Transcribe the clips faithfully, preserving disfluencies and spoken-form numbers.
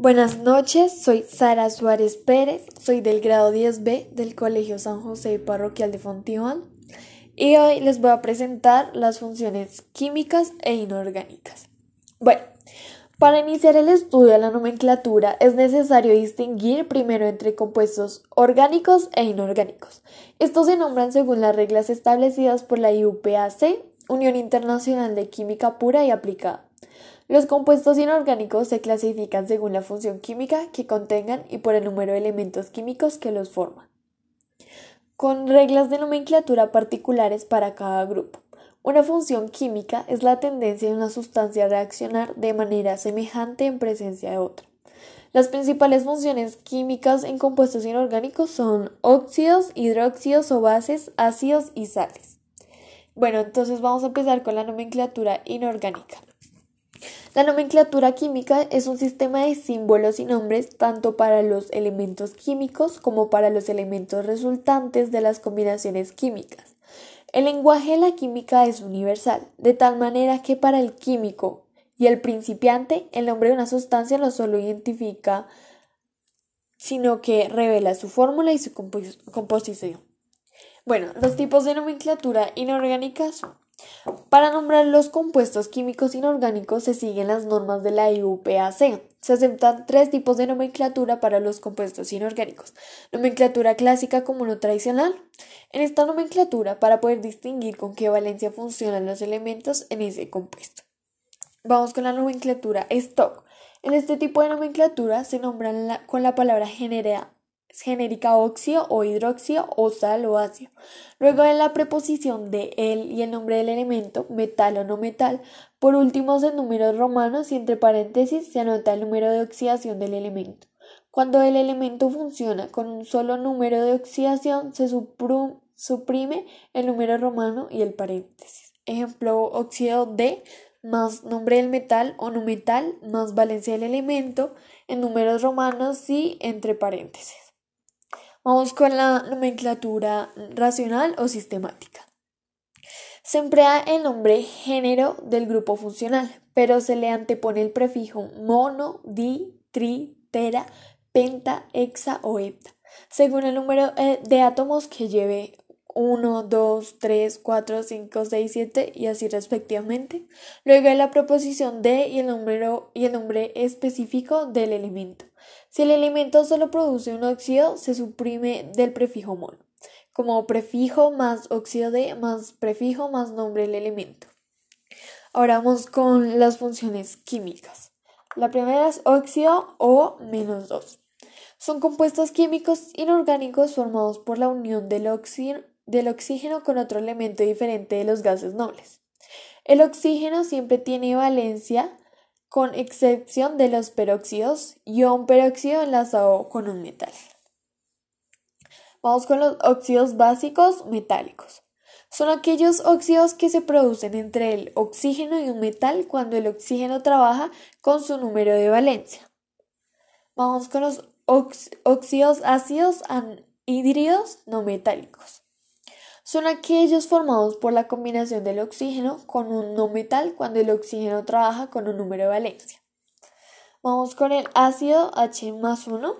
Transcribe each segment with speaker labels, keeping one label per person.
Speaker 1: Buenas noches, soy Sara Suárez Pérez, soy del grado diez B del Colegio San José Parroquial de Fontibón y hoy les voy a presentar las funciones químicas e inorgánicas. Bueno, para iniciar el estudio de la nomenclatura es necesario distinguir primero entre compuestos orgánicos e inorgánicos. Estos se nombran según las reglas establecidas por la I U P A C, Unión Internacional de Química Pura y Aplicada. Los compuestos inorgánicos se clasifican según la función química que contengan y por el número de elementos químicos que los forman, con reglas de nomenclatura particulares para cada grupo. Una función química es la tendencia de una sustancia a reaccionar de manera semejante en presencia de otra. Las principales funciones químicas en compuestos inorgánicos son óxidos, hidróxidos o bases, ácidos y sales. Bueno, entonces vamos a empezar con la nomenclatura inorgánica. La nomenclatura química es un sistema de símbolos y nombres tanto para los elementos químicos como para los elementos resultantes de las combinaciones químicas. El lenguaje de la química es universal, de tal manera que para el químico y el principiante el nombre de una sustancia no solo identifica, sino que revela su fórmula y su compos- composición. Bueno, los tipos de nomenclatura inorgánica son: para nombrar los compuestos químicos inorgánicos se siguen las normas de la I U P A C. Se aceptan tres tipos de nomenclatura para los compuestos inorgánicos. Nomenclatura clásica común o tradicional. En esta nomenclatura, para poder distinguir con qué valencia funcionan los elementos en ese compuesto. Vamos con la nomenclatura stock. En este tipo de nomenclatura se nombran la, con la palabra genera, genérica óxido o hidróxido o sal o ácido. Luego de la preposición de el y el nombre del elemento, metal o no metal. Por último, en números romanos y entre paréntesis se anota el número de oxidación del elemento. Cuando el elemento funciona con un solo número de oxidación, se supru- suprime el número romano y el paréntesis. Ejemplo, óxido de más nombre del metal o no metal más valencia del elemento en números romanos y entre paréntesis. Vamos con la nomenclatura racional o sistemática. Se emplea el nombre género del grupo funcional, pero se le antepone el prefijo mono, di, tri, tera, penta, hexa o hepta, según el número de átomos que lleve uno, dos, tres, cuatro, cinco, seis, siete y así respectivamente. Luego de la proposición de y el número y el nombre específico del elemento. Si el elemento solo produce un óxido, se suprime del prefijo mono, como prefijo más óxido de más prefijo más nombre del elemento. Ahora vamos con las funciones químicas. La primera es óxido O menos dos. Son compuestos químicos inorgánicos formados por la unión del oxígeno del oxígeno con otro elemento diferente de los gases nobles. El oxígeno siempre tiene valencia, con excepción de los peróxidos, ion peróxido enlazado con un metal. Vamos con los óxidos básicos metálicos. Son aquellos óxidos que se producen entre el oxígeno y un metal cuando el oxígeno trabaja con su número de valencia. Vamos con los ox- óxidos ácidos anhídridos no metálicos. Son aquellos formados por la combinación del oxígeno con un no metal cuando el oxígeno trabaja con un número de valencia. Vamos con el ácido H más uno.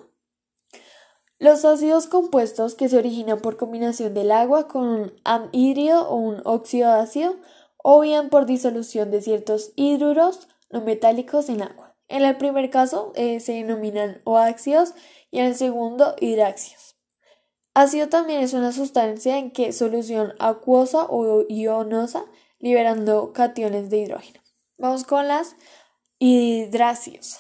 Speaker 1: Los ácidos compuestos que se originan por combinación del agua con un anhídrido o un óxido ácido o bien por disolución de ciertos hidruros no metálicos en agua. En el primer caso eh, se denominan oácidos y en el segundo hidráxidos. Ácido también es una sustancia en que solución acuosa o ionosa, liberando cationes de hidrógeno. Vamos con las hidráxidos.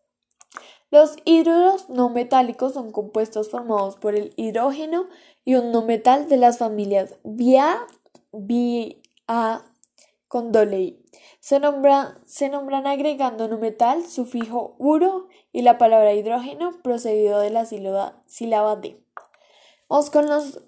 Speaker 1: Los hidruros no metálicos son compuestos formados por el hidrógeno y un no metal de las familias Ba, Ba con doble I. Se, nombra, se nombran agregando no metal, sufijo uro y la palabra hidrógeno procedido de la sílaba, sílaba D. Vamos con los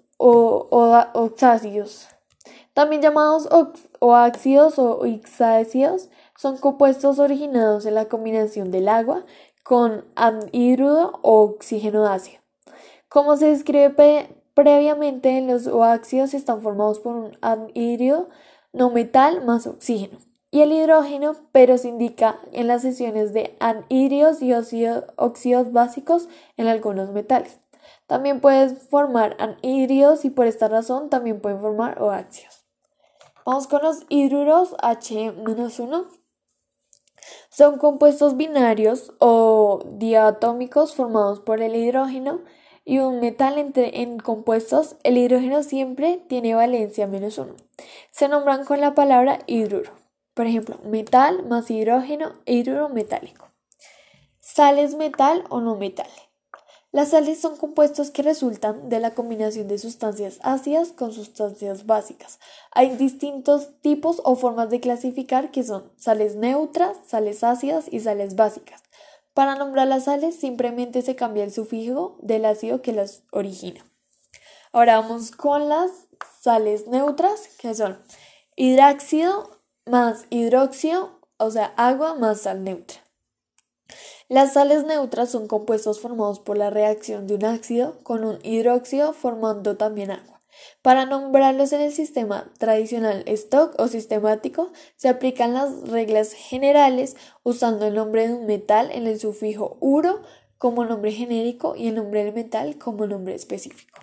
Speaker 1: oxácidos. También llamados oácidos o ixácidos, son compuestos originados en la combinación del agua con anhídrido o oxígeno ácido. Como se describe pre previamente, los oácidos están formados por un anhídrido no metal más oxígeno. y el hidrógeno, pero se indica en las sesiones de anhidridos y óxidos básicos en algunos metales. También pueden formar anhídridos y por esta razón también pueden formar oácidos. Vamos con los hidruros H uno. Son compuestos binarios o diatómicos formados por el hidrógeno y un metal. Entre en compuestos, el hidrógeno siempre tiene valencia menos uno. Se nombran con la palabra hidruro. Por ejemplo, metal más hidrógeno, hidruro metálico. Sales metal o no metal. Las sales son compuestos que resultan de la combinación de sustancias ácidas con sustancias básicas. Hay distintos tipos o formas de clasificar que son sales neutras, sales ácidas y sales básicas. Para nombrar las sales simplemente se cambia el sufijo del ácido que las origina. Ahora vamos con las sales neutras, que son hidráxido más hidróxido, o sea, agua más sal neutra. Las sales neutras son compuestos formados por la reacción de un ácido con un hidróxido formando también agua. Para nombrarlos en el sistema tradicional stock o sistemático se aplican las reglas generales usando el nombre de un metal en el sufijo uro como nombre genérico y el nombre del metal como nombre específico.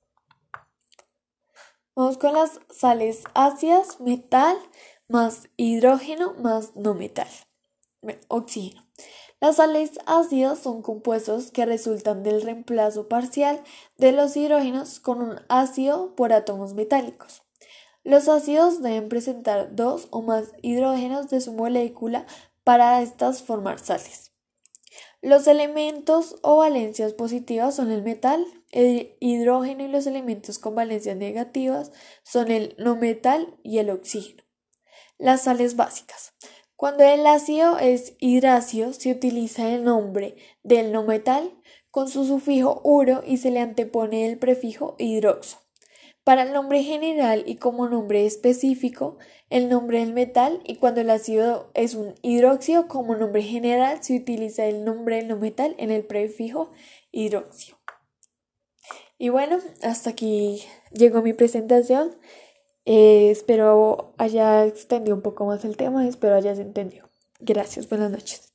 Speaker 1: Vamos con las sales ácidas, metal más hidrógeno más no metal, oxígeno. Las sales ácidas son compuestos que resultan del reemplazo parcial de los hidrógenos con un ácido por átomos metálicos. Los ácidos deben presentar dos o más hidrógenos de su molécula para estas formar sales. Los elementos o valencias positivas son el metal, el hidrógeno, y los elementos con valencias negativas son el no metal y el oxígeno. Las sales básicas. Cuando el ácido es hidrácido, se utiliza el nombre del no metal con su sufijo uro y se le antepone el prefijo hidroxo. Para el nombre general y como nombre específico, el nombre del metal, y cuando el ácido es un hidróxido, como nombre general se utiliza el nombre del no metal en el prefijo hidróxido. Y bueno, hasta aquí llegó mi presentación. Eh, espero haya extendido un poco más el tema, espero hayas entendido. Gracias, buenas noches.